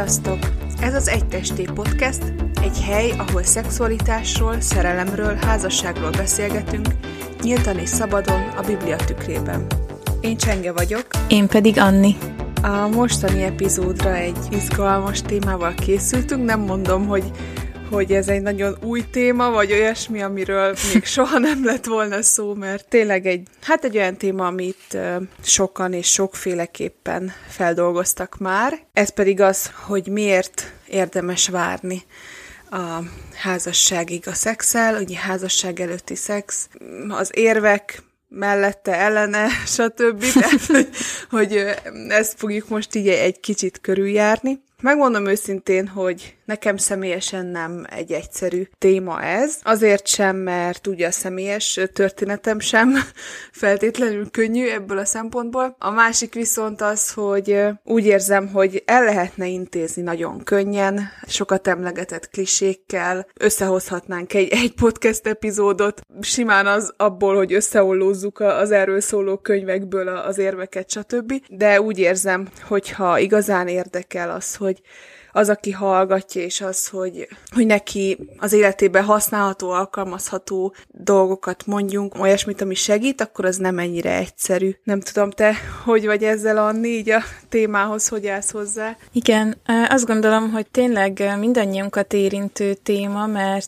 Sziasztok! Ez az Egytesté Podcast, egy hely, ahol szexualitásról, szerelemről, házasságról beszélgetünk, nyíltan és szabadon a Biblia tükrében. Én Csenge vagyok. Én pedig Anni. A mostani epizódra egy izgalmas témával készültünk, nem mondom, hogy ez egy nagyon új téma, vagy olyasmi, amiről még soha nem lett volna szó, mert tényleg egy olyan téma, amit sokan és sokféleképpen feldolgoztak már. Ez pedig az, hogy miért érdemes várni a házasságig a szexszel, ugye házasság előtti szex, az érvek mellette, ellene, stb. Tehát, hogy ezt fogjuk most így egy kicsit körüljárni. Megmondom őszintén, hogy nekem személyesen nem egy egyszerű téma ez. Azért sem, mert ugye a személyes történetem sem feltétlenül könnyű ebből a szempontból. A másik viszont az, hogy úgy érzem, hogy el lehetne intézni nagyon könnyen, sokat emlegetett klisékkel, összehozhatnánk egy podcast epizódot, simán az abból, hogy összeollózzuk az erről szóló könyvekből az érveket, stb. De úgy érzem, hogyha igazán érdekel az, hogy az, aki hallgatja, és az, hogy neki az életében használható, alkalmazható dolgokat mondjunk, olyasmit, ami segít, akkor az nem ennyire egyszerű. Nem tudom, te hogy vagy ezzel, Anni, így a témához, hogy állsz hozzá? Igen, azt gondolom, hogy tényleg mindannyiunkat érintő téma,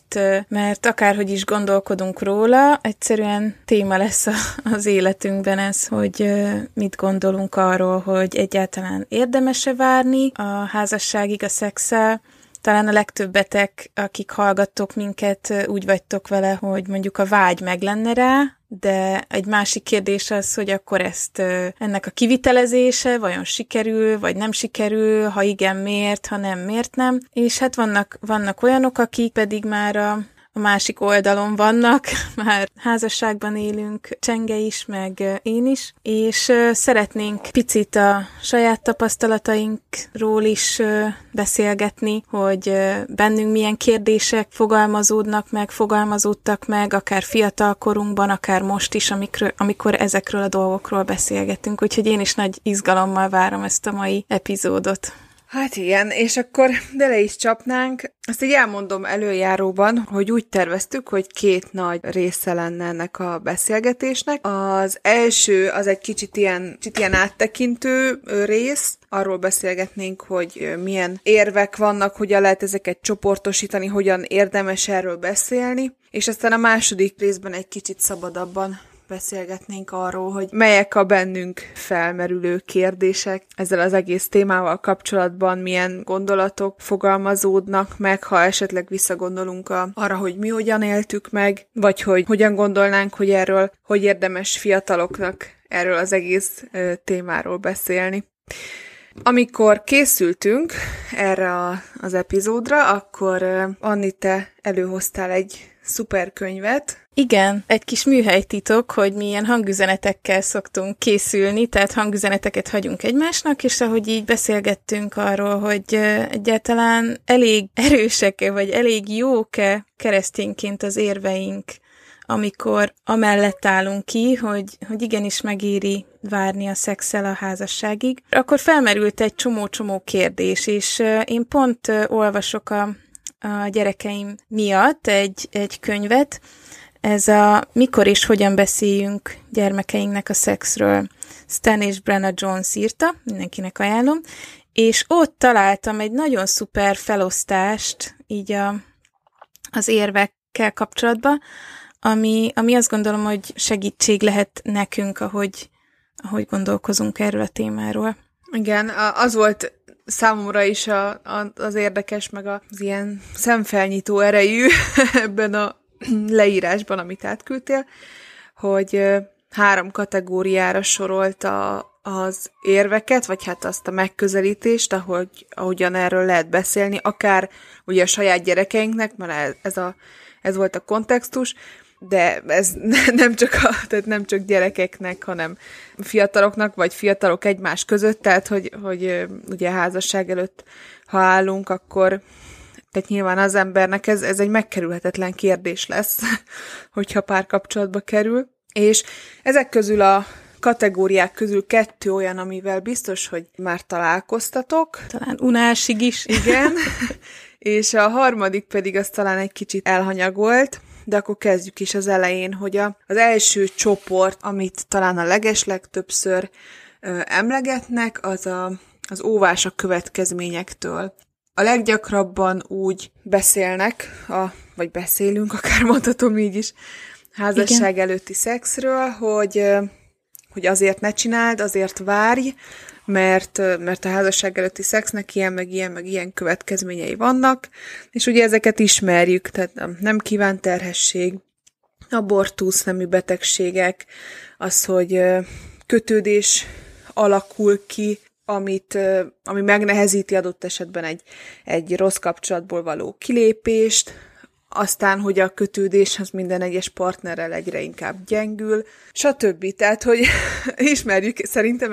mert akárhogy is gondolkodunk róla, egyszerűen téma lesz az életünkben ez, hogy mit gondolunk arról, hogy egyáltalán érdemes-e várni a házasságig, a szexszel. Talán a legtöbbetek, akik hallgattok minket, úgy vagytok vele, hogy mondjuk a vágy meg lenne rá, de egy másik kérdés az, hogy akkor ennek a kivitelezése vajon sikerül, vagy nem sikerül, ha igen, miért, ha nem, miért nem. És hát vannak olyanok, akik pedig már a másik oldalon vannak, már házasságban élünk, Csenge is, meg én is, és szeretnénk picit a saját tapasztalatainkról is beszélgetni, hogy bennünk milyen kérdések fogalmazódtak meg, akár fiatal korunkban, akár most is, amikor ezekről a dolgokról beszélgetünk, úgyhogy én is nagy izgalommal várom ezt a mai epizódot. Hát igen, és akkor bele is csapnánk. Azt így elmondom előjáróban, hogy úgy terveztük, hogy 2 nagy része lenne ennek a beszélgetésnek. Az első, az egy kicsit ilyen áttekintő rész. Arról beszélgetnénk, hogy milyen érvek vannak, hogyan lehet ezeket csoportosítani, hogyan érdemes erről beszélni. És aztán a második részben egy kicsit szabadabban beszélgetnénk arról, hogy melyek a bennünk felmerülő kérdések ezzel az egész témával kapcsolatban, milyen gondolatok fogalmazódnak meg, ha esetleg visszagondolunk arra, hogy mi hogyan éltük meg, vagy hogy hogyan gondolnánk, hogy erről, hogy érdemes fiataloknak erről az egész témáról beszélni. Amikor készültünk erre az epizódra, akkor Anni, te előhoztál egy szuper könyvet. Igen, egy kis műhelytitok, hogy mi ilyen hangüzenetekkel szoktunk készülni, tehát hangüzeneteket hagyunk egymásnak, és ahogy így beszélgettünk arról, hogy egyáltalán elég erősek-e, vagy elég jók-e keresztényként az érveink, amikor amellett állunk ki, hogy igenis megéri várni a szexszel a házasságig, akkor felmerült egy csomó kérdés, és én pont olvasok a gyerekeim miatt egy könyvet, ez a Mikor és hogyan beszéljünk gyermekeinknek a szexről. Stan és Brenna Jones írta, mindenkinek ajánlom, és ott találtam egy nagyon szuper felosztást így az érvekkel kapcsolatban, ami azt gondolom, hogy segítség lehet nekünk, ahogy gondolkozunk erről a témáról. Igen, az volt számomra is az érdekes, meg az ilyen szemfelnyitó erejű ebben a leírásban, amit átküldtél, hogy 3 kategóriára sorolta az érveket, vagy hát azt a megközelítést, ahogyan erről lehet beszélni, akár ugye a saját gyerekeinknek, mert ez volt a kontextus, de ez nem csak gyerekeknek, hanem fiataloknak, vagy fiatalok egymás között, tehát hogy ugye házasság előtt, ha állunk, akkor tehát nyilván az embernek ez egy megkerülhetetlen kérdés lesz, hogyha párkapcsolatba kerül. És ezek közül a kategóriák közül 2 olyan, amivel biztos, hogy már találkoztatok. Talán unásig is. Igen. És a harmadik pedig az talán egy kicsit elhanyagolt, de akkor kezdjük is az elején, hogy az első csoport, amit talán a legeslegtöbbször emlegetnek, az óvás a következményektől. A leggyakrabban úgy beszélnek, vagy beszélünk, akár mondhatom így is, házasság előtti szexről, hogy azért ne csináld, azért várj, mert a házasság előtti szexnek ilyen, meg ilyen következményei vannak, és ugye ezeket ismerjük, tehát nem kívánt terhesség, abortusz, nemű betegségek, az, hogy kötődés alakul ki, ami megnehezíti adott esetben egy rossz kapcsolatból való kilépést, aztán, hogy a kötődés az minden egyes partnerrel egyre inkább gyengül, stb. Tehát, hogy ismerjük szerintem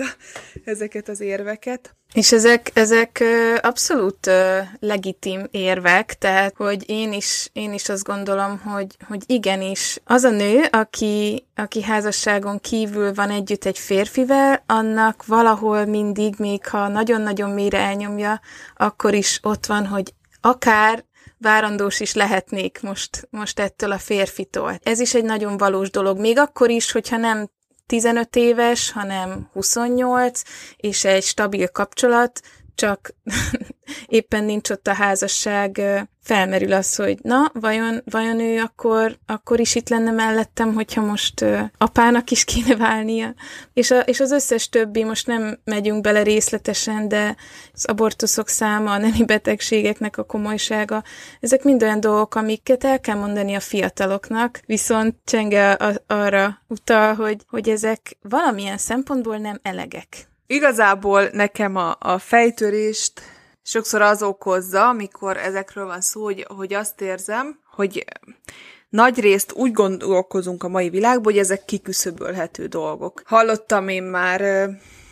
ezeket az érveket. És ezek abszolút legitim érvek, tehát, hogy én is azt gondolom, hogy igenis, az a nő, aki házasságon kívül van együtt egy férfivel, annak valahol mindig, még ha nagyon-nagyon mélyre elnyomja, akkor is ott van, hogy akár várandós is lehetnék most ettől a férfitól. Ez is egy nagyon valós dolog, még akkor is, hogyha nem 15 éves, hanem 28, és egy stabil kapcsolat, csak éppen nincs ott a házasság, felmerül az, hogy na, vajon ő akkor is itt lenne mellettem, hogyha most apának is kéne válnia. És az összes többi, most nem megyünk bele részletesen, de az abortuszok száma, a nemi betegségeknek a komolysága, ezek mind olyan dolgok, amiket el kell mondani a fiataloknak, viszont Csenge arra utal, hogy ezek valamilyen szempontból nem elegek. Igazából nekem a fejtörést sokszor az okozza, amikor ezekről van szó, hogy azt érzem, hogy nagyrészt úgy gondolkozunk a mai világban, hogy ezek kiküszöbölhető dolgok. Hallottam én már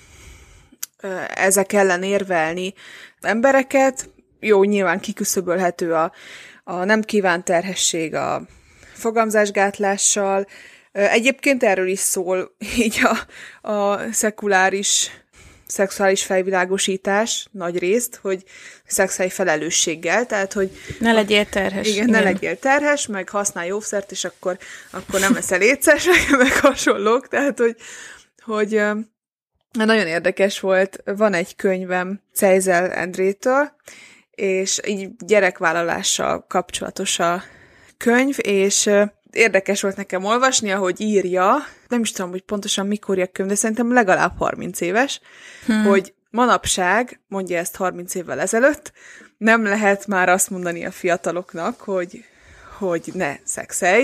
ezek ellen érvelni embereket, jó, nyilván kiküszöbölhető a nem kívánt terhesség a fogamzásgátlással. Egyébként erről is szól így a szekuláris szexuális felvilágosítás nagy részt, hogy szexuális felelősséggel, tehát, hogy... Ne legyél terhes. Igen, ne legyél terhes, meg használj óvszert, és akkor nem leszel éces, meg hasonlók, tehát, hogy nagyon érdekes volt. Van egy könyvem Cejzel Endrétől, és így gyerekvállalással kapcsolatos a könyv, és érdekes volt nekem olvasni, ahogy írja, nem is tudom, hogy pontosan mikor írja a könyv, de szerintem legalább 30 éves, hogy manapság, mondja ezt 30 évvel ezelőtt, nem lehet már azt mondani a fiataloknak, hogy ne szexelj,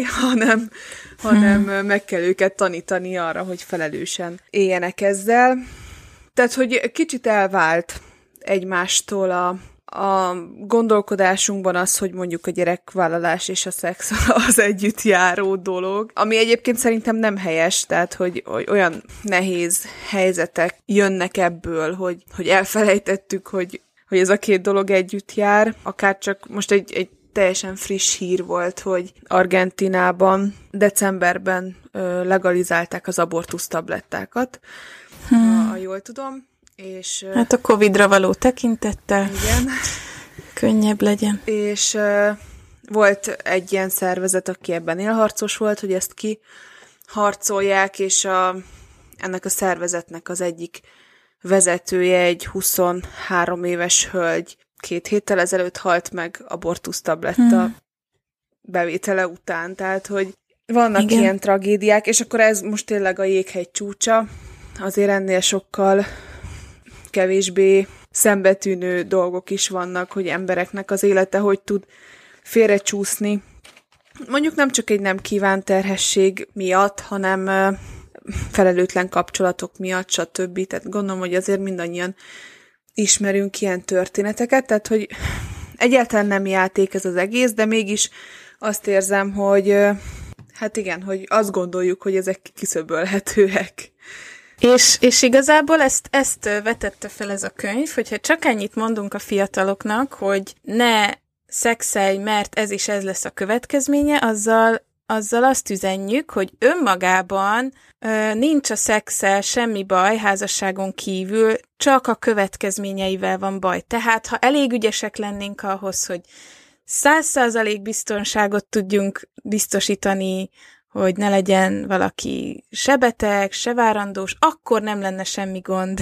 hanem meg kell őket tanítani arra, hogy felelősen éljenek ezzel. Tehát, hogy kicsit elvált egymástól a gondolkodásunkban az, hogy mondjuk a gyerekvállalás és a szex az együtt járó dolog, ami egyébként szerintem nem helyes, tehát hogy olyan nehéz helyzetek jönnek ebből, hogy elfelejtettük, hogy ez a két dolog együtt jár. Akár csak most egy teljesen friss hír volt, hogy Argentínában decemberben legalizálták az abortusz tablettákat, ha jól tudom. És, hát a Covid-ra való tekintettel igen. Könnyebb legyen. És volt egy ilyen szervezet, aki ebben élharcos volt, hogy ezt kiharcolják, és ennek a szervezetnek az egyik vezetője, egy 23 éves hölgy 2 héttel ezelőtt halt meg abortusz tabletta bevétele után. Tehát, hogy vannak ilyen tragédiák, és akkor ez most tényleg a jéghegy csúcsa, azért ennél sokkal kevésbé szembetűnő dolgok is vannak, hogy embereknek az élete hogy tud félrecsúszni. Mondjuk nem csak egy nem kívánt terhesség miatt, hanem felelőtlen kapcsolatok miatt, stb. Tehát gondolom, hogy azért mindannyian ismerünk ilyen történeteket, tehát hogy egyáltalán nem játék ez az egész, de mégis azt érzem, hogy hát igen, hogy azt gondoljuk, hogy ezek kiszöbölhetőek. És igazából ezt vetette fel ez a könyv, hogyha csak ennyit mondunk a fiataloknak, hogy ne szexelj, mert ez is ez lesz a következménye, azzal azzal azt üzenjük, hogy önmagában nincs a szexszel semmi baj házasságon kívül, csak a következményeivel van baj. Tehát, ha elég ügyesek lennénk ahhoz, hogy 100% biztonságot tudjunk biztosítani, hogy ne legyen valaki se beteg, se várandós, akkor nem lenne semmi gond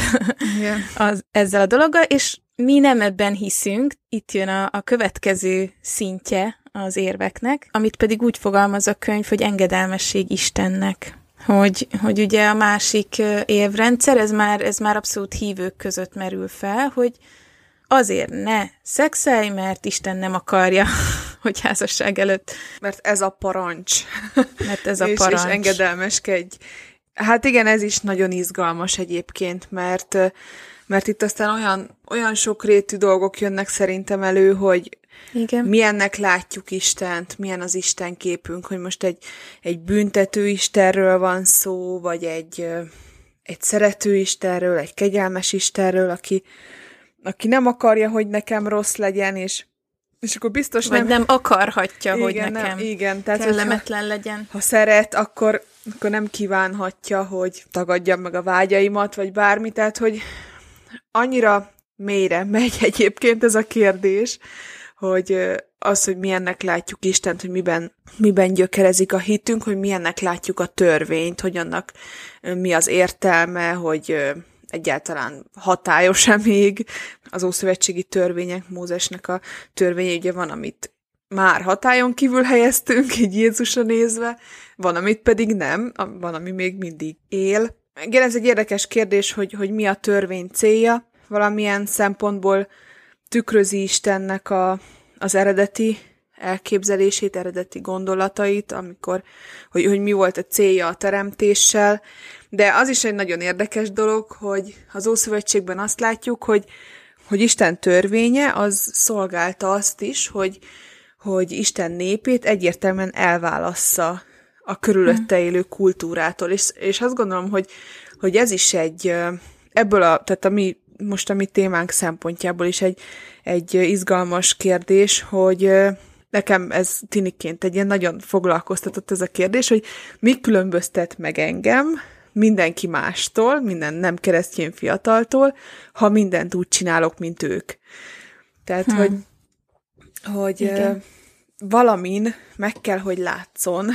ezzel a dologgal, és mi nem ebben hiszünk, itt jön a következő szintje az érveknek, amit pedig úgy fogalmaz a könyv, hogy engedelmesség Istennek. Hogy ugye a másik érvrendszer, ez már abszolút hívők között merül fel, hogy azért ne szexelj, mert Isten nem akarja, hogy házasság előtt. Mert ez a parancs. Mert ez a parancs. És engedelmeskedj. Hát igen, ez is nagyon izgalmas egyébként, mert itt aztán olyan sokrétű dolgok jönnek szerintem elő, hogy igen. Milyennek látjuk Istent, milyen az Isten képünk, hogy most egy büntető Istenről van szó, vagy egy szerető Istenről, egy kegyelmes Istenről, aki nem akarja, hogy nekem rossz legyen, és akkor biztos nem akarhatja, igen, hogy nekem igen, tehát kellemetlen legyen. Ha szeret, akkor nem kívánhatja, hogy tagadjam meg a vágyaimat, vagy bármi, tehát hogy annyira mélyre megy egyébként ez a kérdés, hogy az, hogy milyennek látjuk Istent, hogy miben gyökerezik a hitünk, hogy milyennek látjuk a törvényt, hogy annak mi az értelme, hogy egyáltalán hatályos-e még az ószövetségi törvények, Mózesnek a törvénye, ugye van, amit már hatályon kívül helyeztünk, így Jézusra nézve, van, amit pedig nem, van, ami még mindig él. Igen, ez egy érdekes kérdés, hogy mi a törvény célja, valamilyen szempontból tükrözi Istennek az eredeti elképzelését, eredeti gondolatait, amikor, hogy mi volt a célja a teremtéssel, de az is egy nagyon érdekes dolog, hogy az Ószövetségben azt látjuk, hogy Isten törvénye az szolgálta azt is, hogy Isten népét egyértelműen elválassza a körülötte élő kultúrától, és azt gondolom, hogy ez is tehát a mi témánk szempontjából is egy izgalmas kérdés, hogy nekem ez tiniként egy ilyen nagyon foglalkoztatott ez a kérdés, hogy mi különböztet meg engem mindenki mástól, minden nem keresztény fiataltól, ha mindent úgy csinálok, mint ők. Tehát, hogy valamin meg kell, hogy látszon,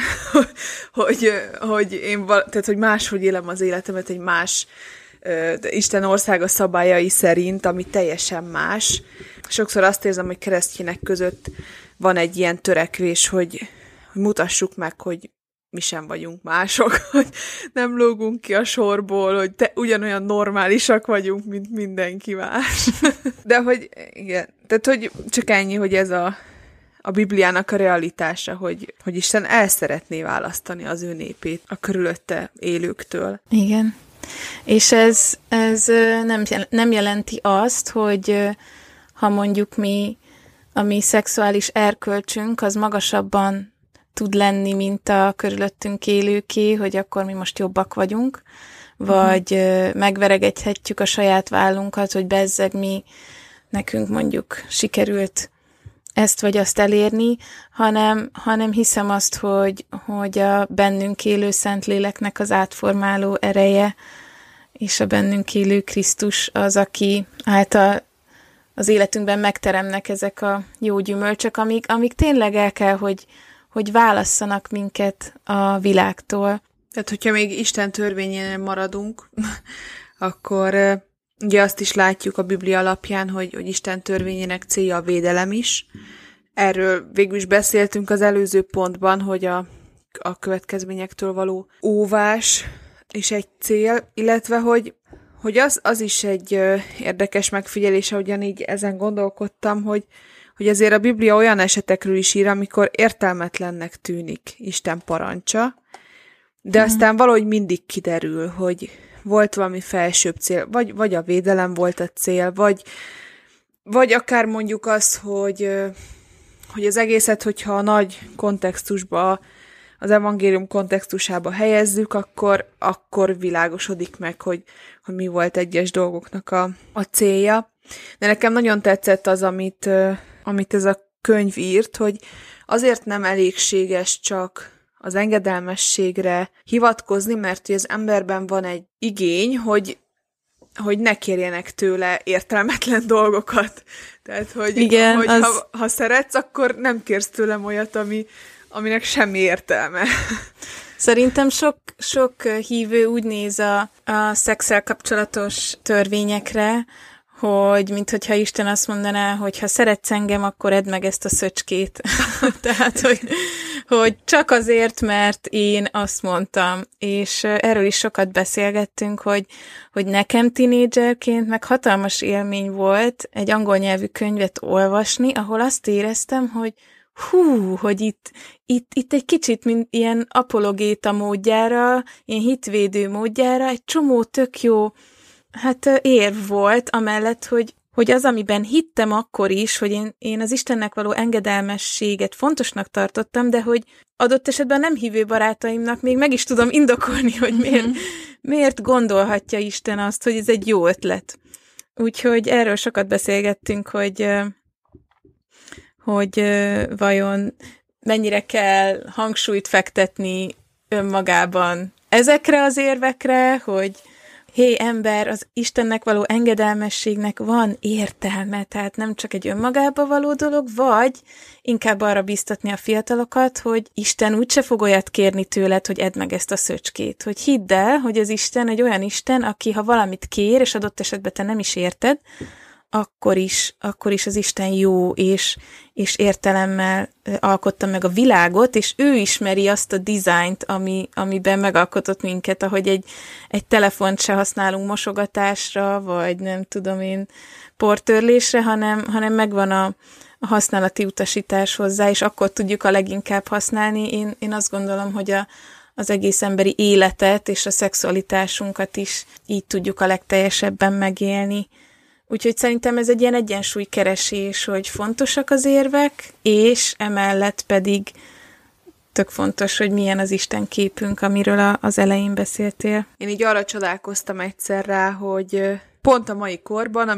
hogy máshogy élem az életemet, egy más Isten országa szabályai szerint, ami teljesen más. Sokszor azt érzem, hogy keresztjének között van egy ilyen törekvés, hogy mutassuk meg, hogy mi sem vagyunk mások, hogy nem lógunk ki a sorból, hogy ugyanolyan normálisak vagyunk, mint mindenki más. De hogy igen, tehát hogy csak ennyi, hogy ez a Bibliának a realitása, hogy Isten el szeretné választani az ő népét a körülötte élőktől. Igen. És ez nem jelenti azt, hogy ha mondjuk a mi szexuális erkölcsünk az magasabban tud lenni, mint a körülöttünk élőké, hogy akkor mi most jobbak vagyunk, vagy megveregethetjük a saját vállunkat, hogy bezzeg nekünk mondjuk sikerült ezt vagy azt elérni, hanem hiszem azt, hogy a bennünk élő Szentléleknek az átformáló ereje, és a bennünk élő Krisztus az, aki által az életünkben megteremnek ezek a jó gyümölcsök, amik tényleg el kell, hogy válasszanak minket a világtól. Tehát, hogyha még Isten törvényén maradunk, akkor ugye azt is látjuk a Biblia alapján, hogy Isten törvényének célja a védelem is. Erről végül is beszéltünk az előző pontban, hogy a következményektől való óvás is egy cél, illetve hogy az is egy érdekes megfigyelése, ahogyan így ezen gondolkodtam, hogy azért a Biblia olyan esetekről is ír, amikor értelmetlennek tűnik Isten parancsa, de aztán valahogy mindig kiderül, hogy volt valami felsőbb cél, vagy a védelem volt a cél, vagy akár mondjuk az, hogy az egészet, hogyha a nagy kontextusba, az evangélium kontextusába helyezzük, akkor világosodik meg, hogy mi volt egyes dolgoknak a célja. De nekem nagyon tetszett az, amit ez a könyv írt, hogy azért nem elégséges csak az engedelmességre hivatkozni, mert hogy az emberben van egy igény, hogy ne kérjenek tőle értelmetlen dolgokat. Tehát, hogy, igen, hogy ha szeretsz, akkor nem kérsz tőlem olyat, aminek semmi értelme. Szerintem sok hívő úgy néz a szexszel kapcsolatos törvényekre, hogy minthogyha Isten azt mondaná, hogy ha szeretsz engem, akkor edd meg ezt a szöcskét. Tehát, hogy csak azért, mert én azt mondtam. És erről is sokat beszélgettünk, hogy nekem tinédzserként meg hatalmas élmény volt egy angol nyelvű könyvet olvasni, ahol azt éreztem, hogy hogy itt egy kicsit, mint ilyen apologéta módjára, ilyen hitvédő módjára egy csomó tök jó érv volt, amellett, hogy az, amiben hittem akkor is, hogy én az Istennek való engedelmességet fontosnak tartottam, de hogy adott esetben nem hívő barátaimnak még meg is tudom indokolni, hogy miért gondolhatja Isten azt, hogy ez egy jó ötlet. Úgyhogy erről sokat beszélgettünk, hogy vajon mennyire kell hangsúlyt fektetni önmagában ezekre az érvekre, hogy hé, ember, az Istennek való engedelmességnek van értelme, tehát nem csak egy önmagába való dolog, vagy inkább arra bíztatni a fiatalokat, hogy Isten úgyse fog olyat kérni tőled, hogy edd meg ezt a szöcskét. Hogy hidd el, hogy az Isten egy olyan Isten, aki ha valamit kér, és adott esetben te nem is érted, akkor is az Isten jó, és értelemmel alkotta meg a világot, és ő ismeri azt a dizájnt, amiben megalkotott minket, ahogy egy telefont se használunk mosogatásra, vagy nem tudom én portörlésre, hanem megvan a használati utasítás hozzá, és akkor tudjuk a leginkább használni. Én azt gondolom, hogy az egész emberi életet és a szexualitásunkat is így tudjuk a legteljesebben megélni. Úgyhogy szerintem ez egy ilyen egyensúlykeresés, hogy fontosak az érvek, és emellett pedig tök fontos, hogy milyen az Isten képünk, amiről az elején beszéltél. Én így arra csodálkoztam egyszer rá, hogy pont a mai korban,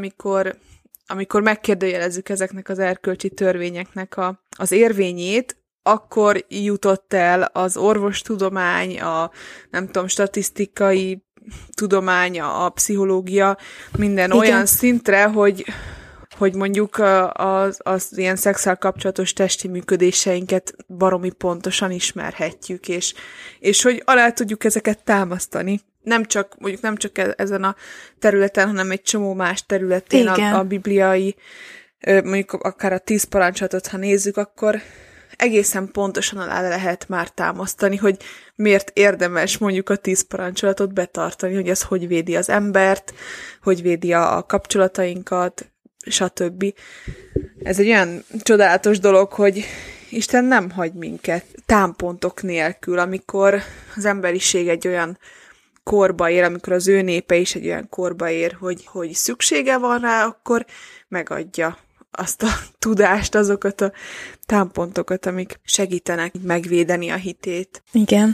amikor megkérdőjelezzük ezeknek az erkölcsi törvényeknek az érvényét, akkor jutott el az orvostudomány, nem tudom, statisztikai tudománya, a pszichológia, minden igen. Olyan szintre, hogy mondjuk az ilyen szexuál kapcsolatos testi működéseinket baromi pontosan ismerhetjük, és hogy alá tudjuk ezeket támasztani. Nem csak ezen a területen, hanem egy csomó más területén a bibliai, mondjuk akár a 10 parancsolatot, ha nézzük, akkor egészen pontosan alá lehet már támasztani, hogy miért érdemes mondjuk a 10 parancsolatot betartani, hogy ez hogy védi az embert, hogy védi a kapcsolatainkat, stb. Ez egy olyan csodálatos dolog, hogy Isten nem hagy minket támpontok nélkül, amikor az emberiség egy olyan korba ér, amikor az ő népe is egy olyan korba ér, hogy szüksége van rá, akkor megadja azt a tudást, azokat a támpontokat, amik segítenek megvédeni a hitét. Igen.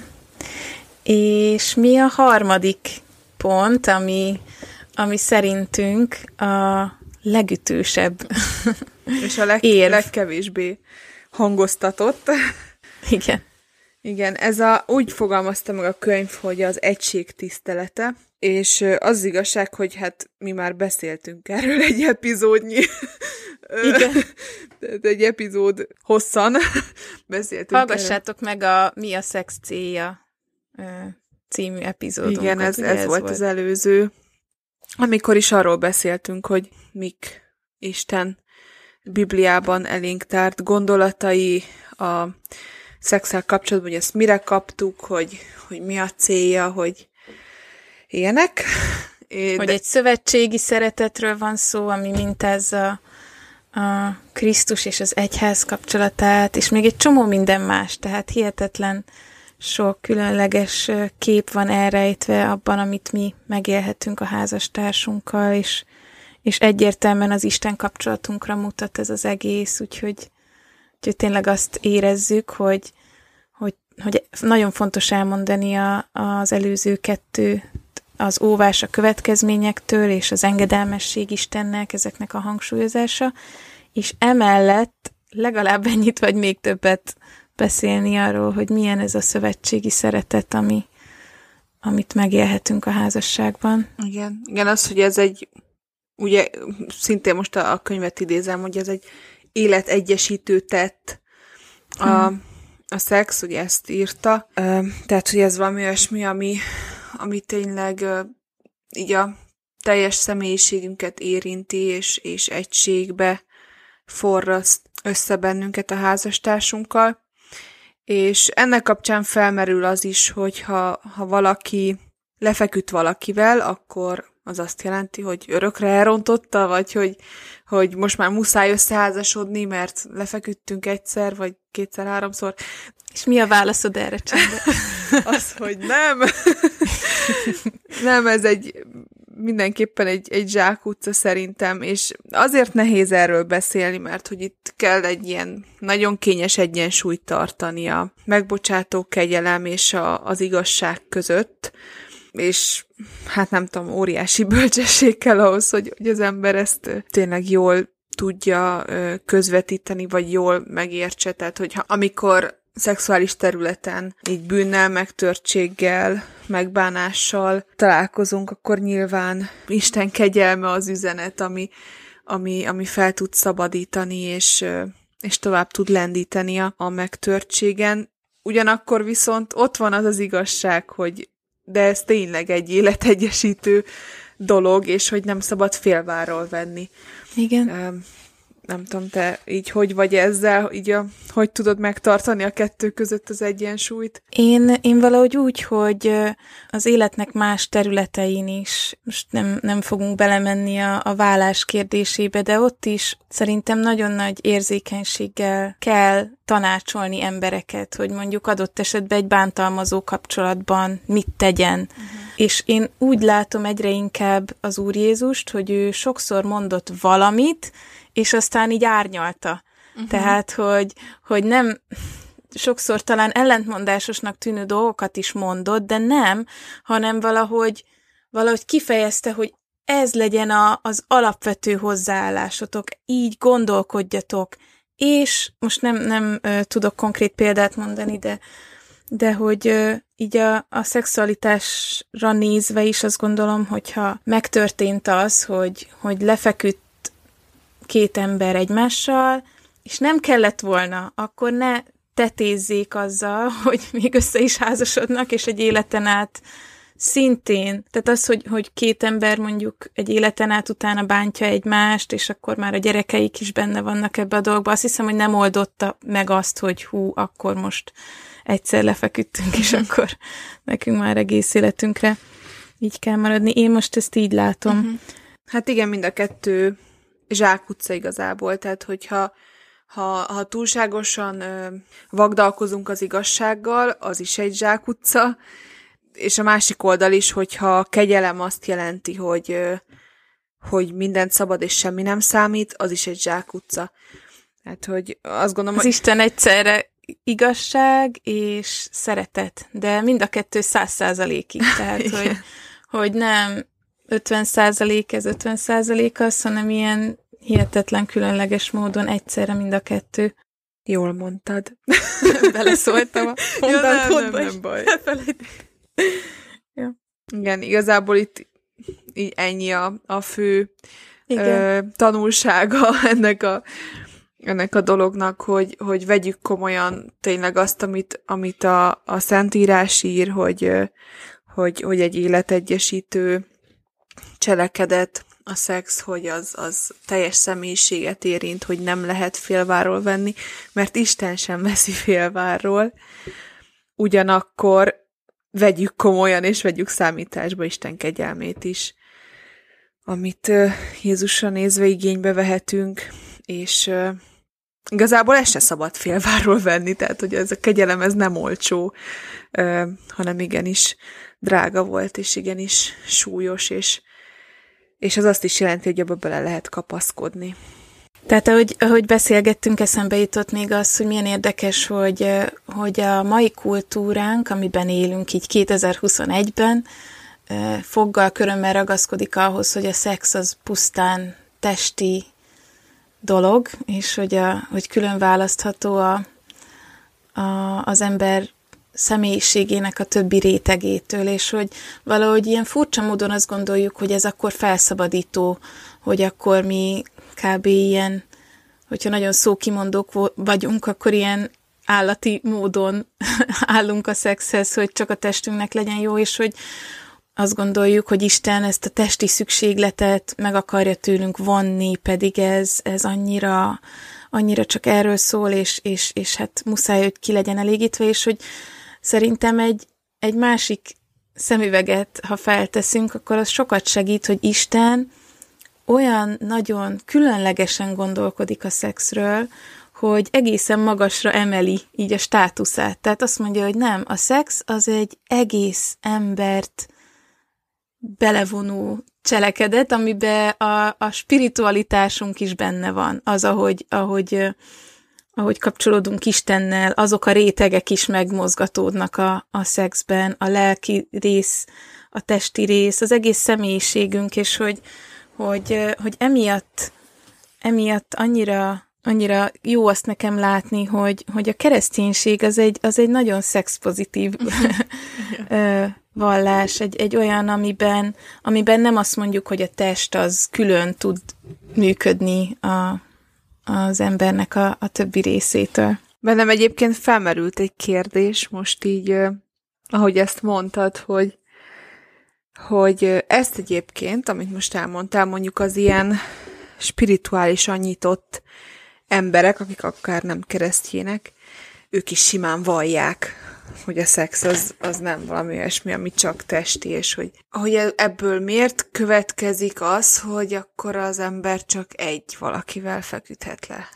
És mi a harmadik pont, ami szerintünk a legütősebb és a legkevésbé hangoztatott. Igen. Igen, úgy fogalmazta meg a könyv, hogy az egység tisztelete, és az igazság, hogy hát mi már beszéltünk erről egy epizódnyi. Igen. Egy epizód hosszan beszéltünk. Hallgassátok meg a Mi a szex célja című epizódunkat. Igen, ez volt az előző, amikor is arról beszéltünk, hogy mik Isten Bibliában elénk tárt gondolatai a szexszel kapcsolatban, hogy ezt mire kaptuk, hogy mi a célja, hogy ilyenek. Hogy egy szövetségi szeretetről van szó, ami mintázza a Krisztus és az egyház kapcsolatát, és még egy csomó minden más, tehát hihetetlen sok különleges kép van elrejtve abban, amit mi megélhetünk a házastársunkkal, és egyértelműen az Isten kapcsolatunkra mutat ez az egész, úgyhogy tényleg azt érezzük, hogy nagyon fontos elmondani az előző kettő, az óvás a következményektől, és az engedelmesség Istennek, ezeknek a hangsúlyozása, és emellett legalább ennyit, vagy még többet beszélni arról, hogy milyen ez a szövetségi szeretet, amit megélhetünk a házasságban. Igen, az, hogy ez egy, ugye szintén most a könyvet idézem, hogy ez egy életegyesítő tett a szex, ugye ezt írta. Tehát, hogy ez valami olyasmi, ami tényleg így a teljes személyiségünket érinti, és egységbe forraszt össze bennünket a házastársunkkal. És ennek kapcsán felmerül az is, hogy ha valaki lefeküdt valakivel, akkor az azt jelenti, hogy örökre elrontotta, vagy hogy most már muszáj összeházasodni, mert lefeküdtünk egyszer, vagy kétszer, háromszor. És mi a válaszod erre, Csende? Az, hogy nem. Nem, ez mindenképpen egy zsákutca szerintem, és azért nehéz erről beszélni, mert hogy itt kell egy ilyen nagyon kényes egyensúlyt tartani a megbocsátó kegyelem és az igazság között, és hát nem tudom, óriási bölcsesség kell ahhoz, hogy az ember ezt tényleg jól tudja közvetíteni, vagy jól megértse. Tehát, hogy amikor szexuális területen így bűnnel, megtörtséggel, megbánással találkozunk, akkor nyilván Isten kegyelme az üzenet, ami fel tud szabadítani, és tovább tud lendíteni a megtörtségen. Ugyanakkor viszont ott van az az igazság, hogy de ez tényleg egy életegyesítő dolog, és hogy nem szabad félváról venni. Igen. Nem tudom, te így hogy vagy ezzel, így hogy tudod megtartani a kettő között az egyensúlyt? Én valahogy úgy, hogy az életnek más területein is, most nem fogunk belemenni a vállás kérdésébe, de ott is szerintem nagyon nagy érzékenységgel kell tanácsolni embereket, hogy mondjuk adott esetben egy bántalmazó kapcsolatban mit tegyen. Uh-huh. És én úgy látom egyre inkább az Úr Jézust, hogy ő sokszor mondott valamit, és aztán így árnyalta. Uh-huh. Tehát, hogy nem, sokszor talán ellentmondásosnak tűnő dolgokat is mondott, de nem, hanem valahogy kifejezte, hogy ez legyen az alapvető hozzáállásotok, így gondolkodjatok, és most nem tudok konkrét példát mondani, de hogy így a szexualitásra nézve is azt gondolom, hogyha megtörtént az, hogy lefeküdt két ember egymással, és nem kellett volna, akkor ne tetézzék azzal, hogy még össze is házasodnak, és egy életen át szintén, tehát az, hogy két ember mondjuk egy életen át utána bántja egymást, és akkor már a gyerekeik is benne vannak ebbe a dolgba, azt hiszem, hogy nem oldotta meg azt, hogy akkor most egyszer lefeküdtünk, és akkor nekünk már egész életünkre így kell maradni. Én most ezt így látom. Uh-huh. Hát igen, mind a kettő zsákutca igazából, tehát hogyha túlságosan vagdalkozunk az igazsággal, az is egy zsákutca, és a másik oldal is, hogyha kegyelem azt jelenti, hogy mindent szabad és semmi nem számít, az is egy zsákutca. Tehát, hogy azt gondolom, az Isten egyszerre igazság és szeretet, de mind a kettő 100%-ig, tehát, hogy nem 50% ez 50% az, hanem ilyen hihetetlen különleges módon egyszerre mind a kettő. Jól mondtad. Beleszóltam a mondatodba. Nem baj. Ja. Igen, igazából itt így ennyi a fő tanulsága ennek a dolognak, hogy vegyük komolyan tényleg azt, amit a Szentírás ír, hogy egy életegyesítő cselekedet a szex, hogy az teljes személyiséget érint, hogy nem lehet félvárról venni, mert Isten sem veszi félvárról. Ugyanakkor vegyük komolyan, és vegyük számításba Isten kegyelmét is, amit Jézusra nézve igénybe vehetünk, és igazából ezt se szabad félvárról venni, tehát hogy ez a kegyelem ez nem olcsó, hanem igenis drága volt, és igenis súlyos, és az azt is jelenti, hogy abba bele lehet kapaszkodni. Tehát ahogy beszélgettünk, eszembe jutott még az, hogy milyen érdekes, hogy a mai kultúránk, amiben élünk így 2021-ben, foggal, körömmel ragaszkodik ahhoz, hogy a szex az pusztán testi dolog, és hogy külön választható az ember személyiségének a többi rétegétől, és hogy valahogy ilyen furcsa módon azt gondoljuk, hogy ez akkor felszabadító, hogy akkor mi kb. Ilyen, hogyha nagyon szókimondók vagyunk, akkor ilyen állati módon állunk a szexhez, hogy csak a testünknek legyen jó, és hogy azt gondoljuk, hogy Isten ezt a testi szükségletet meg akarja tőlünk vonni, pedig ez annyira csak erről szól, és hát muszáj, hogy ki legyen elégítve, és hogy szerintem egy másik szemüveget, ha felteszünk, akkor az sokat segít, hogy Isten olyan nagyon különlegesen gondolkodik a szexről, hogy egészen magasra emeli így a státuszát. Tehát azt mondja, hogy nem, a szex az egy egész embert belevonó cselekedet, amiben a spiritualitásunk is benne van. Az, ahogy kapcsolódunk Istennel, azok a rétegek is megmozgatódnak a szexben, a lelki rész, a testi rész, az egész személyiségünk, és hogy emiatt annyira jó azt nekem látni, hogy a kereszténység az egy nagyon szexpozitív vallás, egy olyan, amiben nem azt mondjuk, hogy a test az külön tud működni az embernek a többi részétől. Bennem egyébként felmerült egy kérdés, most így, ahogy ezt mondtad, hogy ezt egyébként, amit most elmondtál, mondjuk az ilyen spirituálisan nyitott emberek, akik akár nem keresztjének, ők is simán vallják, hogy a szex az nem valami olyasmi, ami csak testi, és hogy ebből miért következik az, hogy akkor az ember csak egy valakivel feküdhet le.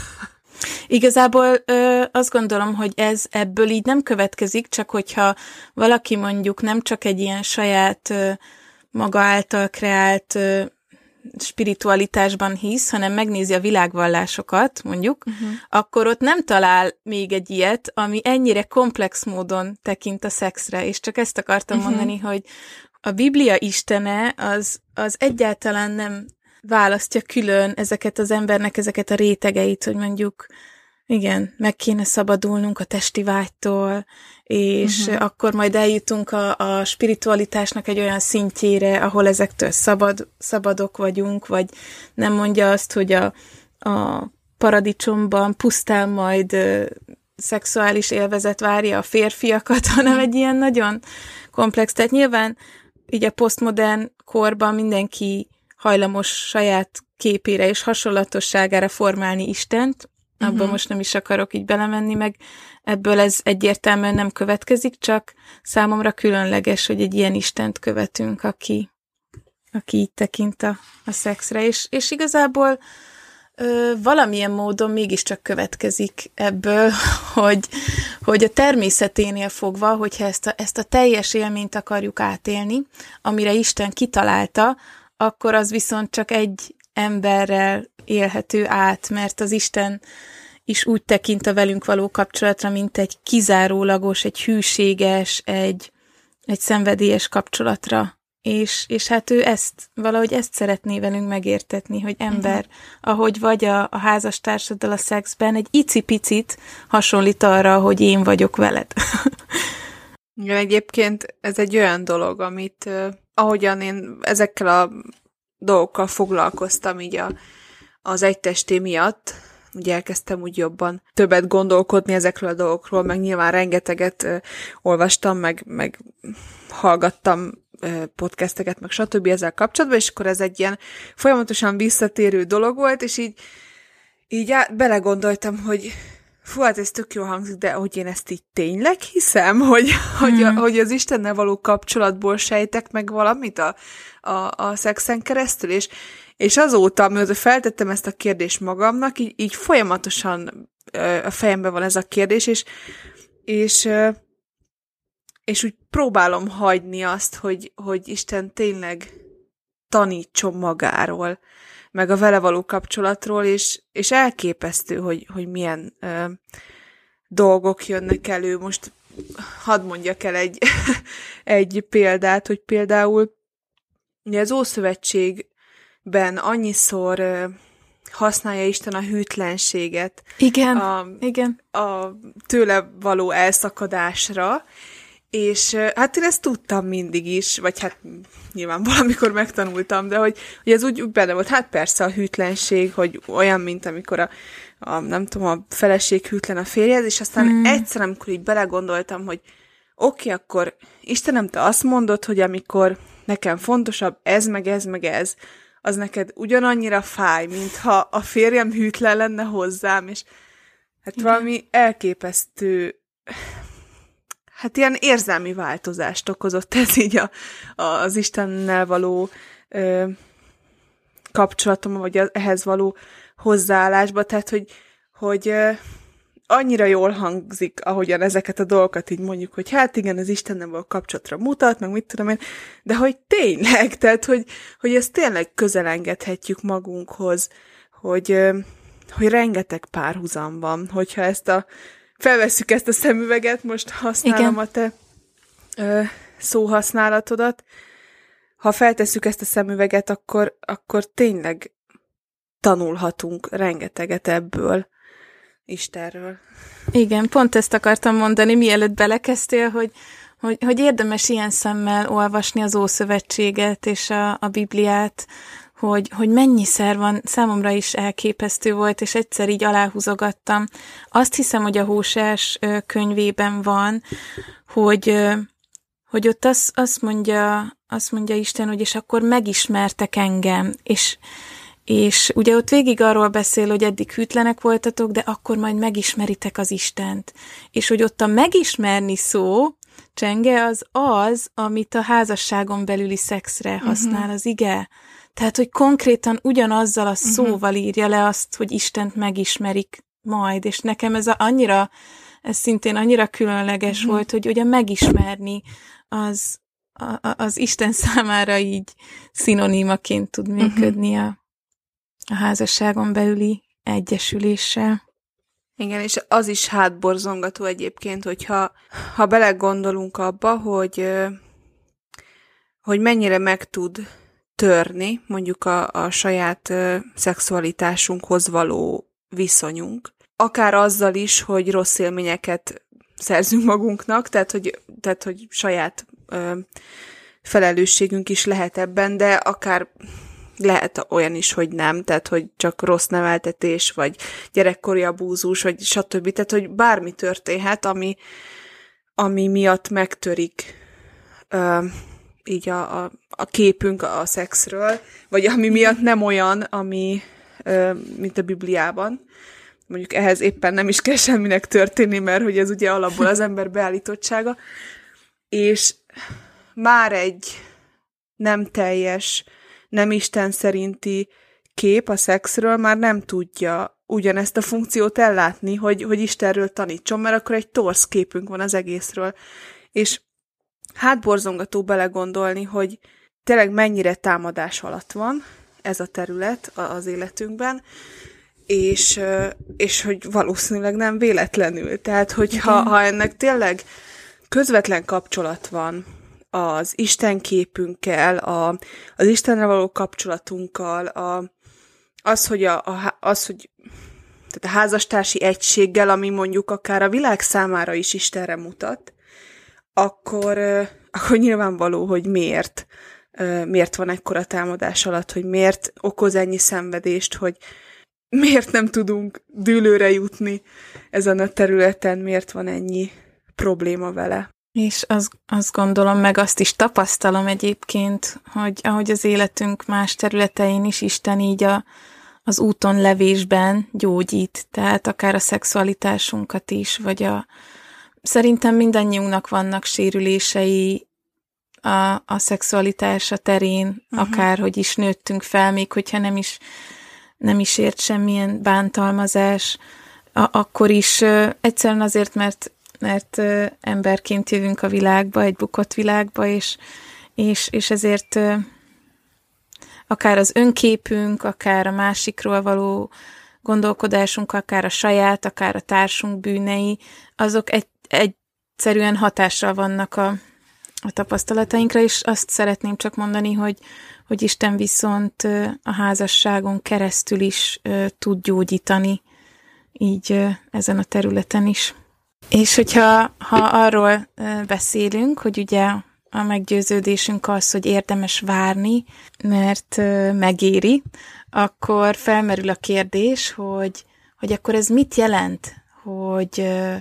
Igazából azt gondolom, hogy ez ebből így nem következik, csak hogyha valaki mondjuk nem csak egy ilyen saját maga által kreált spiritualitásban hisz, hanem megnézi a világvallásokat, mondjuk, akkor ott nem talál még egy ilyet, ami ennyire komplex módon tekint a szexre, és csak ezt akartam mondani, hogy a Biblia istene az egyáltalán nem választja külön ezeket az embernek, ezeket a rétegeit, hogy mondjuk igen, meg kéne szabadulnunk a testi vágytól, és akkor majd eljutunk a spiritualitásnak egy olyan szintjére, ahol ezektől szabadok vagyunk, vagy nem mondja azt, hogy a paradicsomban pusztán majd szexuális élvezet várja a férfiakat, hanem egy ilyen nagyon komplex. Tehát nyilván így a posztmodern korban mindenki hajlamos saját képére és hasonlatosságára formálni Istent, abban most nem is akarok így belemenni, meg ebből ez egyértelműen nem következik, csak számomra különleges, hogy egy ilyen Istent követünk, aki így tekint a szexre, és igazából valamilyen módon mégiscsak következik ebből, hogy a természeténél fogva, hogyha ezt a teljes élményt akarjuk átélni, amire Isten kitalálta, akkor az viszont csak egy emberrel élhető át, mert az Isten is úgy tekint a velünk való kapcsolatra, mint egy kizárólagos, egy hűséges, egy szenvedélyes kapcsolatra. És hát ő valahogy ezt szeretné velünk megértetni, hogy ember, ahogy vagy a házastársaddal a szexben, egy icipicit hasonlít arra, hogy én vagyok veled. Igen, egyébként ez egy olyan dolog, amit ahogyan én ezekkel a dolgokkal foglalkoztam így az egytesté miatt, ugye elkezdtem úgy jobban többet gondolkodni ezekről a dolgokról, meg nyilván rengeteget olvastam, meg hallgattam podcasteket, meg stb. Ezzel kapcsolatban, és akkor ez egy ilyen folyamatosan visszatérő dolog volt, és így belegondoltam, hogy hát ez tök jó hangzik, de hogy én ezt így tényleg hiszem, hogy az Istennel való kapcsolatból sejtek meg valamit a szexen keresztül, és azóta, mióta feltettem ezt a kérdést magamnak, így folyamatosan a fejemben van ez a kérdés, és úgy próbálom hagyni azt, hogy Isten tényleg tanítson magáról, meg a vele való kapcsolatról, és elképesztő, hogy milyen dolgok jönnek elő. Most hadd mondjak el egy példát, hogy például ugye az Ószövetségben annyiszor használja Isten a hűtlenséget. Igen, igen. A tőle való elszakadásra, és hát én ezt tudtam mindig is, vagy hát nyilván valamikor megtanultam, de hogy ez úgy benne volt. Hát persze a hűtlenség, hogy olyan, mint amikor nem tudom, a feleség hűtlen a férjhez, és aztán egyszer, amikor így belegondoltam, hogy oké, akkor Istenem, te azt mondod, hogy amikor nekem fontosabb ez, meg ez, meg ez, az neked ugyanannyira fáj, mintha a férjem hűtlen lenne hozzám, és hát valami elképesztő, hát ilyen érzelmi változást okozott ez így az Istennel való kapcsolatom, vagy ehhez való hozzáállásba, tehát, hogy annyira jól hangzik, ahogyan ezeket a dolgokat így mondjuk, hogy hát igen, az Istennel való kapcsolatra mutat, meg mit tudom én, de hogy tényleg, tehát, hogy ezt tényleg közel engedhetjük magunkhoz, hogy rengeteg párhuzam van, hogyha felvesszük ezt a szemüveget, most használom a te szóhasználatodat, ha feltesszük ezt a szemüveget, akkor tényleg tanulhatunk rengeteget ebből, Istenről. Igen, pont ezt akartam mondani, mielőtt belekezdtél, hogy érdemes ilyen szemmel olvasni az Ószövetséget és a Bibliát, hogy mennyiszer van, számomra is elképesztő volt, és egyszer így aláhúzogattam. Azt hiszem, hogy a Hóseás könyvében van, hogy ott azt mondja Isten, hogy és akkor megismertek engem, és ugye ott végig arról beszél, hogy eddig hűtlenek voltatok, de akkor majd megismeritek az Istent. És hogy ott a megismerni szó, csenge, az, amit a házasságon belüli szexre használ az ige. Tehát, hogy konkrétan ugyanazzal a szóval írja le azt, hogy Istent megismerik majd. És nekem ez szintén annyira különleges volt, hogy a megismerni az Isten számára így szinonimaként tud működni a házasságon belüli egyesüléssel. Igen, és az is hátborzongató egyébként, hogyha belegondolunk abba, hogy mennyire meg tud törni mondjuk a saját szexualitásunkhoz való viszonyunk. Akár azzal is, hogy rossz élményeket szerzünk magunknak, tehát hogy saját felelősségünk is lehet ebben, de akár lehet olyan is, hogy nem, tehát hogy csak rossz neveltetés, vagy gyerekkori abúzus, vagy stb. Tehát, hogy bármi történhet, ami miatt megtörik így a képünk a szexről, vagy ami miatt nem olyan, mint a Bibliában. Mondjuk ehhez éppen nem is kell semminek történni, mert hogy ez ugye alapból az ember beállítottsága. És már egy nem teljes, nem Isten szerinti kép a szexről már nem tudja ugyanezt a funkciót ellátni, hogy Istenről tanítson, mert akkor egy torz képünk van az egészről. És hátborzongató belegondolni, hogy tényleg mennyire támadás alatt van ez a terület az életünkben, és hogy valószínűleg nem véletlenül. Tehát, hogyha ennek tényleg közvetlen kapcsolat van az Isten képünkkel, az Istenre való kapcsolatunkkal, tehát a házastársi egységgel, ami mondjuk akár a világ számára is Istenre mutat, akkor nyilvánvaló, hogy miért van ekkora támadás alatt, hogy miért okoz ennyi szenvedést, hogy miért nem tudunk dűlőre jutni ezen a területen, miért van ennyi probléma vele. És azt gondolom, meg azt is tapasztalom egyébként, hogy ahogy az életünk más területein is Isten így az úton levésben gyógyít, tehát akár a szexualitásunkat is, vagy szerintem mindannyiunknak vannak sérülései a szexualitása terén, akárhogy is nőttünk fel, még hogyha nem is ért semmilyen bántalmazás, akkor is egyszerűen azért, mert emberként jövünk a világba, egy bukott világba, és ezért akár az önképünk, akár a másikról való gondolkodásunk, akár a saját, akár a társunk bűnei, azok egyszerűen hatással vannak a tapasztalatainkra, és azt szeretném csak mondani, hogy Isten viszont a házasságon keresztül is tud gyógyítani, így ezen a területen is. És hogyha arról beszélünk, hogy ugye a meggyőződésünk az, hogy érdemes várni, mert megéri, akkor felmerül a kérdés, hogy akkor ez mit jelent, hogy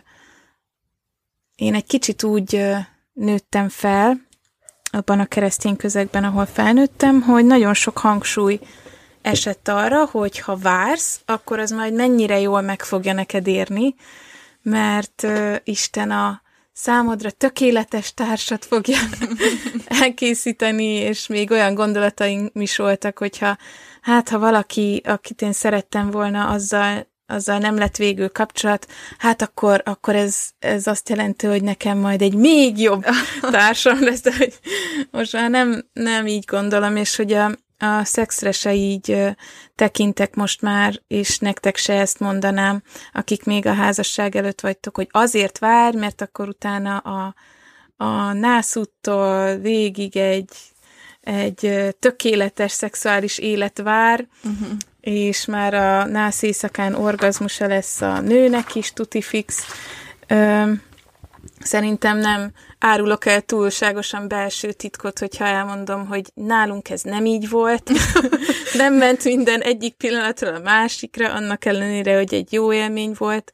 én egy kicsit úgy nőttem fel abban a keresztény közegben, ahol felnőttem, hogy nagyon sok hangsúly esett arra, hogy ha vársz, akkor az majd mennyire jól meg fogja neked érni, mert Isten a számodra tökéletes társat fogja elkészíteni, és még olyan gondolataim is voltak, hogyha ha valaki, akit én szerettem volna, azzal nem lett végül kapcsolat, akkor ez azt jelenti, hogy nekem majd egy még jobb társam lesz, de hogy most már nem így gondolom, és hogy a szexre se így tekintek most már, és nektek se ezt mondanám, akik még a házasság előtt vagytok, hogy azért várj, mert akkor utána a nászúttól végig egy tökéletes szexuális élet vár, és már a nász éjszakán orgazmusa lesz a nőnek is, tuti fix. Szerintem nem árulok el túlságosan belső titkot, hogyha elmondom, hogy nálunk ez nem így volt. Nem ment minden egyik pillanatról a másikra, annak ellenére, hogy egy jó élmény volt.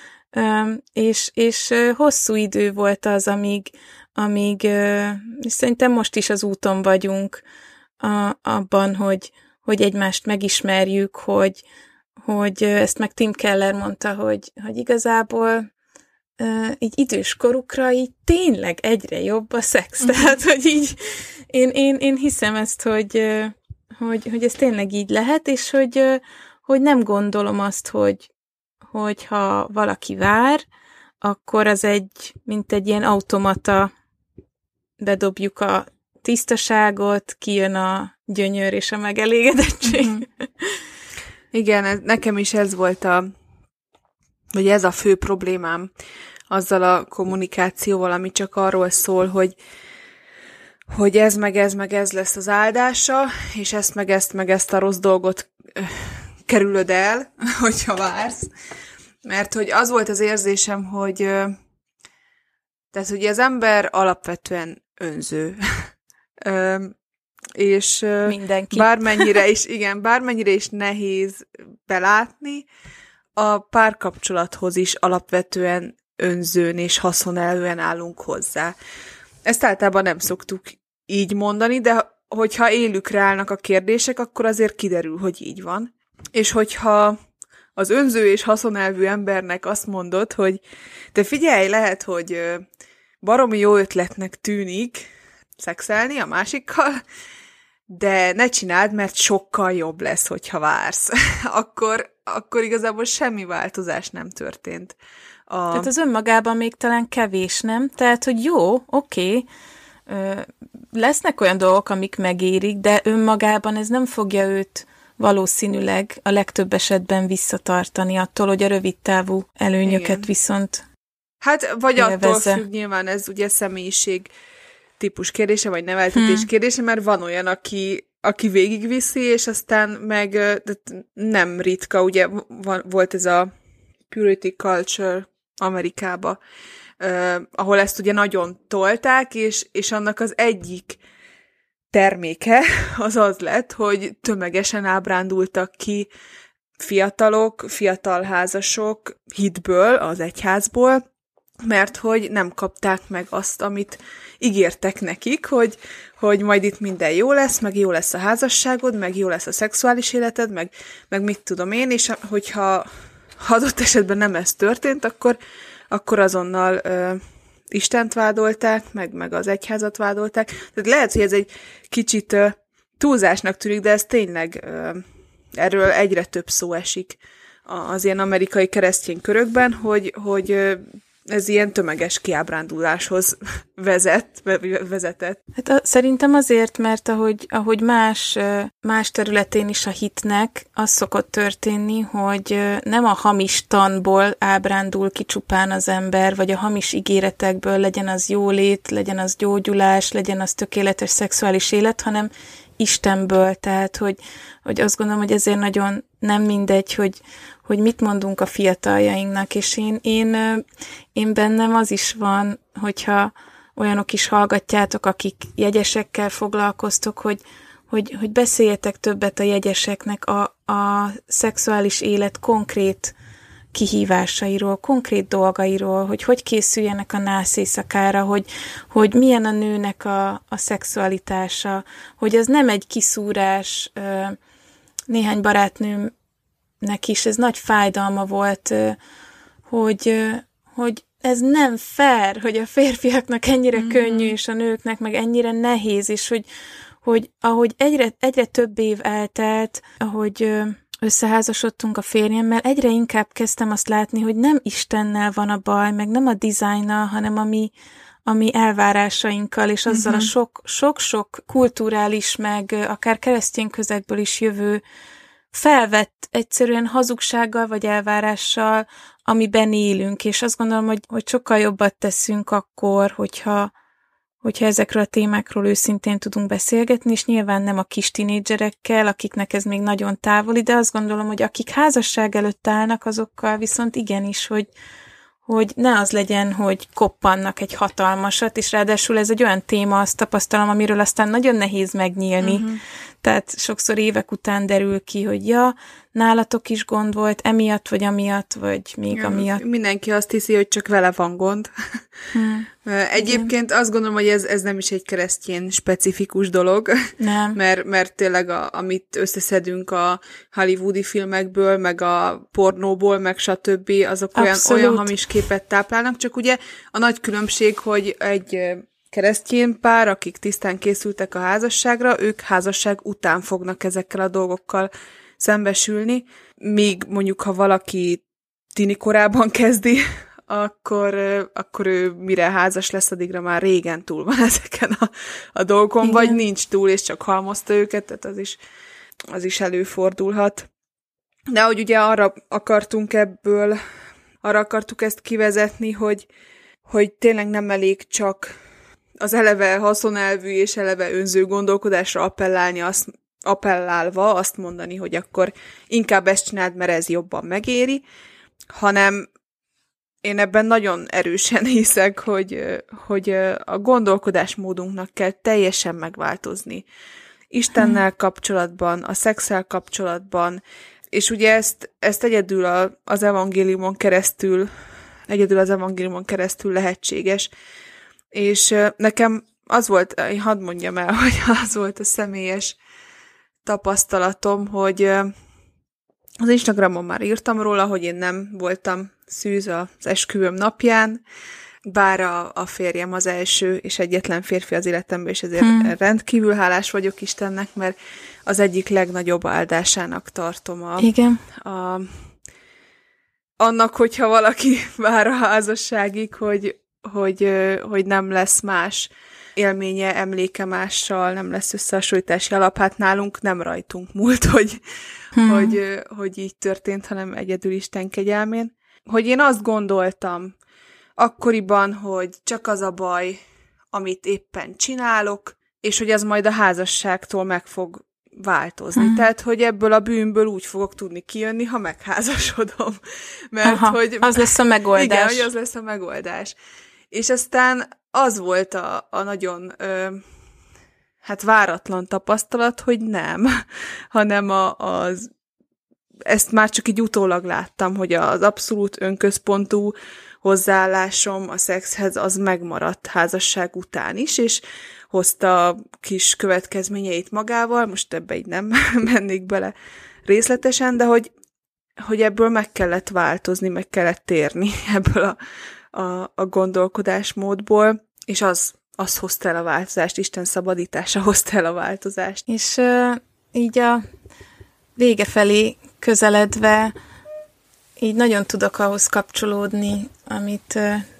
És hosszú idő volt az, amíg és szerintem most is az úton vagyunk abban, hogy egymást megismerjük, hogy ezt meg Tim Keller mondta, hogy igazából így idős korukra így tényleg egyre jobb a szex. Tehát, hogy így én hiszem ezt, hogy ez tényleg így lehet, és hogy nem gondolom azt, hogy ha valaki vár, akkor az mint egy ilyen automata, bedobjuk a tisztaságot, kijön a gyönyör és a megelégedettség. Igen, nekem is ez volt vagy ez a fő problémám azzal a kommunikációval, ami csak arról szól, hogy ez meg ez lesz az áldása, és ezt meg ezt a rossz dolgot kerülöd el, hogyha vársz. Mert hogy az volt az érzésem, hogy tehát ugye az ember alapvetően önző. És mindenki. Bármennyire is nehéz belátni, a párkapcsolathoz is alapvetően önzőn és haszonelvűen állunk hozzá. Ezt általában nem szoktuk így mondani, de hogyha élükre állnak a kérdések, akkor azért kiderül, hogy így van. És hogyha az önző és haszonelvű embernek azt mondod, hogy te figyelj, lehet, hogy baromi jó ötletnek tűnik szexelni a másikkal, de ne csináld, mert sokkal jobb lesz, hogyha vársz. akkor igazából semmi változás nem történt. Tehát az önmagában még talán kevés, nem? Tehát, hogy jó, oké, lesznek olyan dolgok, amik megérik, de önmagában ez nem fogja őt valószínűleg a legtöbb esetben visszatartani attól, hogy a rövidtávú előnyöket viszont hát, vagy élvezze. Attól függ, nyilván ez ugye személyiség típus kérdése, vagy neveltetés kérdése, mert van olyan, aki végigviszi, és aztán meg nem ritka, ugye volt ez a purity culture Amerikába, ahol ezt ugye nagyon tolták, és annak az egyik terméke az lett, hogy tömegesen ábrándultak ki fiatal házasok hitből, az egyházból, mert hogy nem kapták meg azt, amit ígértek nekik, hogy majd itt minden jó lesz, meg jó lesz a házasságod, meg jó lesz a szexuális életed, meg mit tudom én, és hogyha adott esetben nem ez történt, akkor azonnal Istent vádolták, meg az egyházat vádolták. Tehát lehet, hogy ez egy kicsit túlzásnak tűnik, de ez tényleg erről egyre több szó esik az ilyen amerikai keresztény körökben, hogy ez ilyen tömeges kiábránduláshoz vezetett. Hát szerintem azért, mert ahogy más területén is a hitnek, az szokott történni, hogy nem a hamis tanból ábrándul ki csupán az ember, vagy a hamis ígéretekből, legyen az jólét, legyen az gyógyulás, legyen az tökéletes szexuális élet, hanem Istenből. Tehát, hogy azt gondolom, hogy ezért nagyon nem mindegy, hogy mit mondunk a fiataljainknak, és én bennem az is van, hogyha olyanok is hallgatjátok, akik jegyesekkel foglalkoztok, hogy beszéljetek többet a jegyeseknek a szexuális élet konkrét kihívásairól, konkrét dolgairól, hogy készüljenek a nász éjszakára, hogy milyen a nőnek a szexualitása, hogy az nem egy kiszúrás. Néhány barátnőmnek is ez nagy fájdalma volt, hogy ez nem fair, hogy a férfiaknak ennyire könnyű, és a nőknek meg ennyire nehéz, és hogy ahogy egyre több év eltelt, ahogy összeházasodtunk a férjemmel, egyre inkább kezdtem azt látni, hogy nem Istennel van a baj, meg nem a dizájnnal, hanem a mi elvárásainkkal, és azzal a sok-sok kulturális, meg akár keresztény közegből is jövő felvett egyszerűen hazugsággal vagy elvárással, amiben élünk, és azt gondolom, hogy sokkal jobbat teszünk akkor, hogyha ezekről a témákról őszintén tudunk beszélgetni, és nyilván nem a kis tinédzserekkel, akiknek ez még nagyon távoli, de azt gondolom, hogy akik házasság előtt állnak, azokkal viszont igenis, hogy ne az legyen, hogy koppannak egy hatalmasat, és ráadásul ez egy olyan téma, azt tapasztalom, amiről aztán nagyon nehéz megnyílni. Tehát sokszor évek után derül ki, hogy nálatok is gond volt, emiatt, vagy amiatt, vagy még amiatt. Mindenki azt hiszi, hogy csak vele van gond. Egyébként azt gondolom, hogy ez nem is egy keresztény specifikus dolog, nem. Mert tényleg amit összeszedünk a hollywoodi filmekből, meg a pornóból, meg stb., azok olyan hamis képet táplálnak, csak ugye a nagy különbség, hogy egy keresztény pár, akik tisztán készültek a házasságra, ők házasság után fognak ezekkel a dolgokkal szembesülni, míg mondjuk, ha valaki tini korában kezdi, akkor ő mire házas lesz, addigra már régen túl van ezeken a dolgokon, igen. Vagy nincs túl, és csak halmozta őket, tehát az is előfordulhat. De hogy ugye arra akartuk ezt kivezetni, hogy tényleg nem elég csak az eleve haszonelvű és eleve önző gondolkodásra appellálva azt mondani, hogy akkor inkább ezt csináld, mert ez jobban megéri, hanem én ebben nagyon erősen hiszek, hogy a gondolkodásmódunknak kell teljesen megváltozni. Istennel kapcsolatban, a szexszel kapcsolatban, és ugye ezt egyedül az evangéliumon keresztül lehetséges. És nekem az volt, hadd mondjam el, hogy az volt a személyes tapasztalatom, hogy az Instagramon már írtam róla, hogy én nem voltam szűz az esküvőm napján, bár a férjem az első és egyetlen férfi az életemben, és ezért rendkívül hálás vagyok Istennek, mert az egyik legnagyobb áldásának tartom igen. Annak, hogyha valaki vár a házasságig, hogy nem lesz más élménye, emléke mással, nem lesz összehasonlítási alap. Hát nálunk nem rajtunk múlt, hogy így történt, hanem egyedül Isten kegyelmén. Hogy én azt gondoltam akkoriban, hogy csak az a baj, amit éppen csinálok, és hogy az majd a házasságtól meg fog változni. Tehát, hogy ebből a bűnből úgy fogok tudni kijönni, ha megházasodom. Mert hogy az lesz a megoldás. Igen, hogy az lesz a megoldás. És aztán az volt a nagyon váratlan tapasztalat, hogy nem, hanem ezt már csak így utólag láttam, hogy az abszolút önközpontú hozzáállásom a szexhez az megmaradt házasság után is, és hozta kis következményeit magával, most ebbe így nem mennék bele részletesen, de hogy ebből meg kellett változni, meg kellett térni ebből a gondolkodásmódból, és az hozta el a változást, Isten szabadítása hozta el a változást. És így a vége felé közeledve így nagyon tudok ahhoz kapcsolódni, amit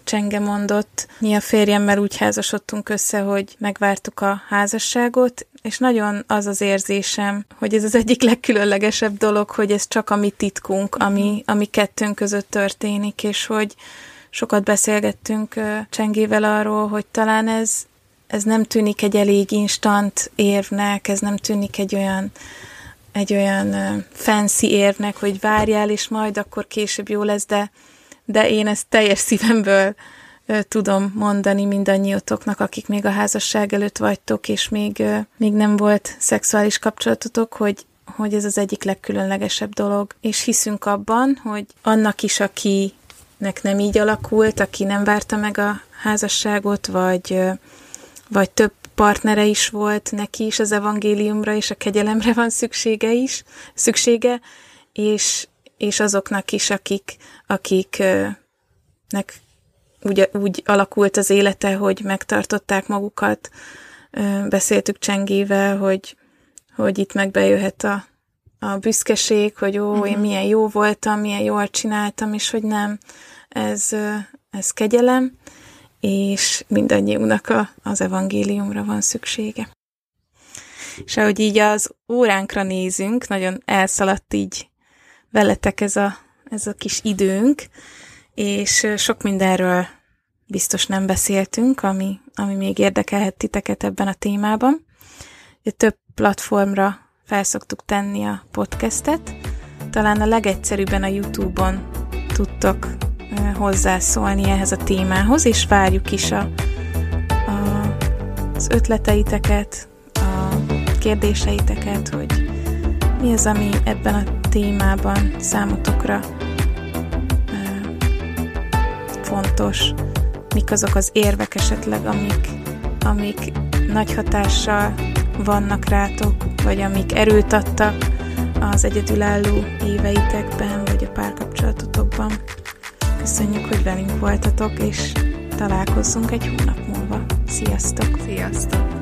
Csenge mondott. Mi a férjemmel úgy házasodtunk össze, hogy megvártuk a házasságot, és nagyon az az érzésem, hogy ez az egyik legkülönlegesebb dolog, hogy ez csak a mi titkunk, ami kettőnk között történik, és hogy sokat beszélgettünk Csengével arról, hogy talán ez nem tűnik egy elég instant érvnek, ez nem tűnik egy olyan fancy érvnek, hogy várjál, és majd akkor később jó lesz, de én ezt teljes szívemből tudom mondani mindannyiotoknak, akik még a házasság előtt vagytok, és még nem volt szexuális kapcsolatotok, hogy ez az egyik legkülönlegesebb dolog. És hiszünk abban, hogy annak is, akinek nem így alakult, aki nem várta meg a házasságot, vagy több partnere is volt, neki is az evangéliumra és a kegyelemre van szüksége, és azoknak is, akiknek úgy alakult az élete, hogy megtartották magukat. Beszéltük Csengével, hogy itt meg bejöhet a büszkeség, hogy én milyen jó voltam, milyen jól csináltam, és hogy nem, ez kegyelem, és mindannyiunknak az evangéliumra van szüksége. És ahogy így az óránkra nézünk, nagyon elszaladt így veletek ez a kis időnk, és sok mindenről biztos nem beszéltünk, ami még érdekelhet titeket ebben a témában. Több platformra felszoktuk tenni a podcastet. Talán a legegyszerűbben a YouTube-on tudtok hozzászólni ehhez a témához, és várjuk is az ötleteiteket, a kérdéseiteket, hogy mi az, ami ebben a témában számotokra fontos, mik azok az érvek esetleg, amik nagy hatással vannak rátok, vagy amik erőt adtak az egyedülálló éveitekben, vagy a párkapcsolatotokban. Köszönjük, hogy velünk voltatok, és találkozzunk egy hónap múlva. Sziasztok! Sziasztok!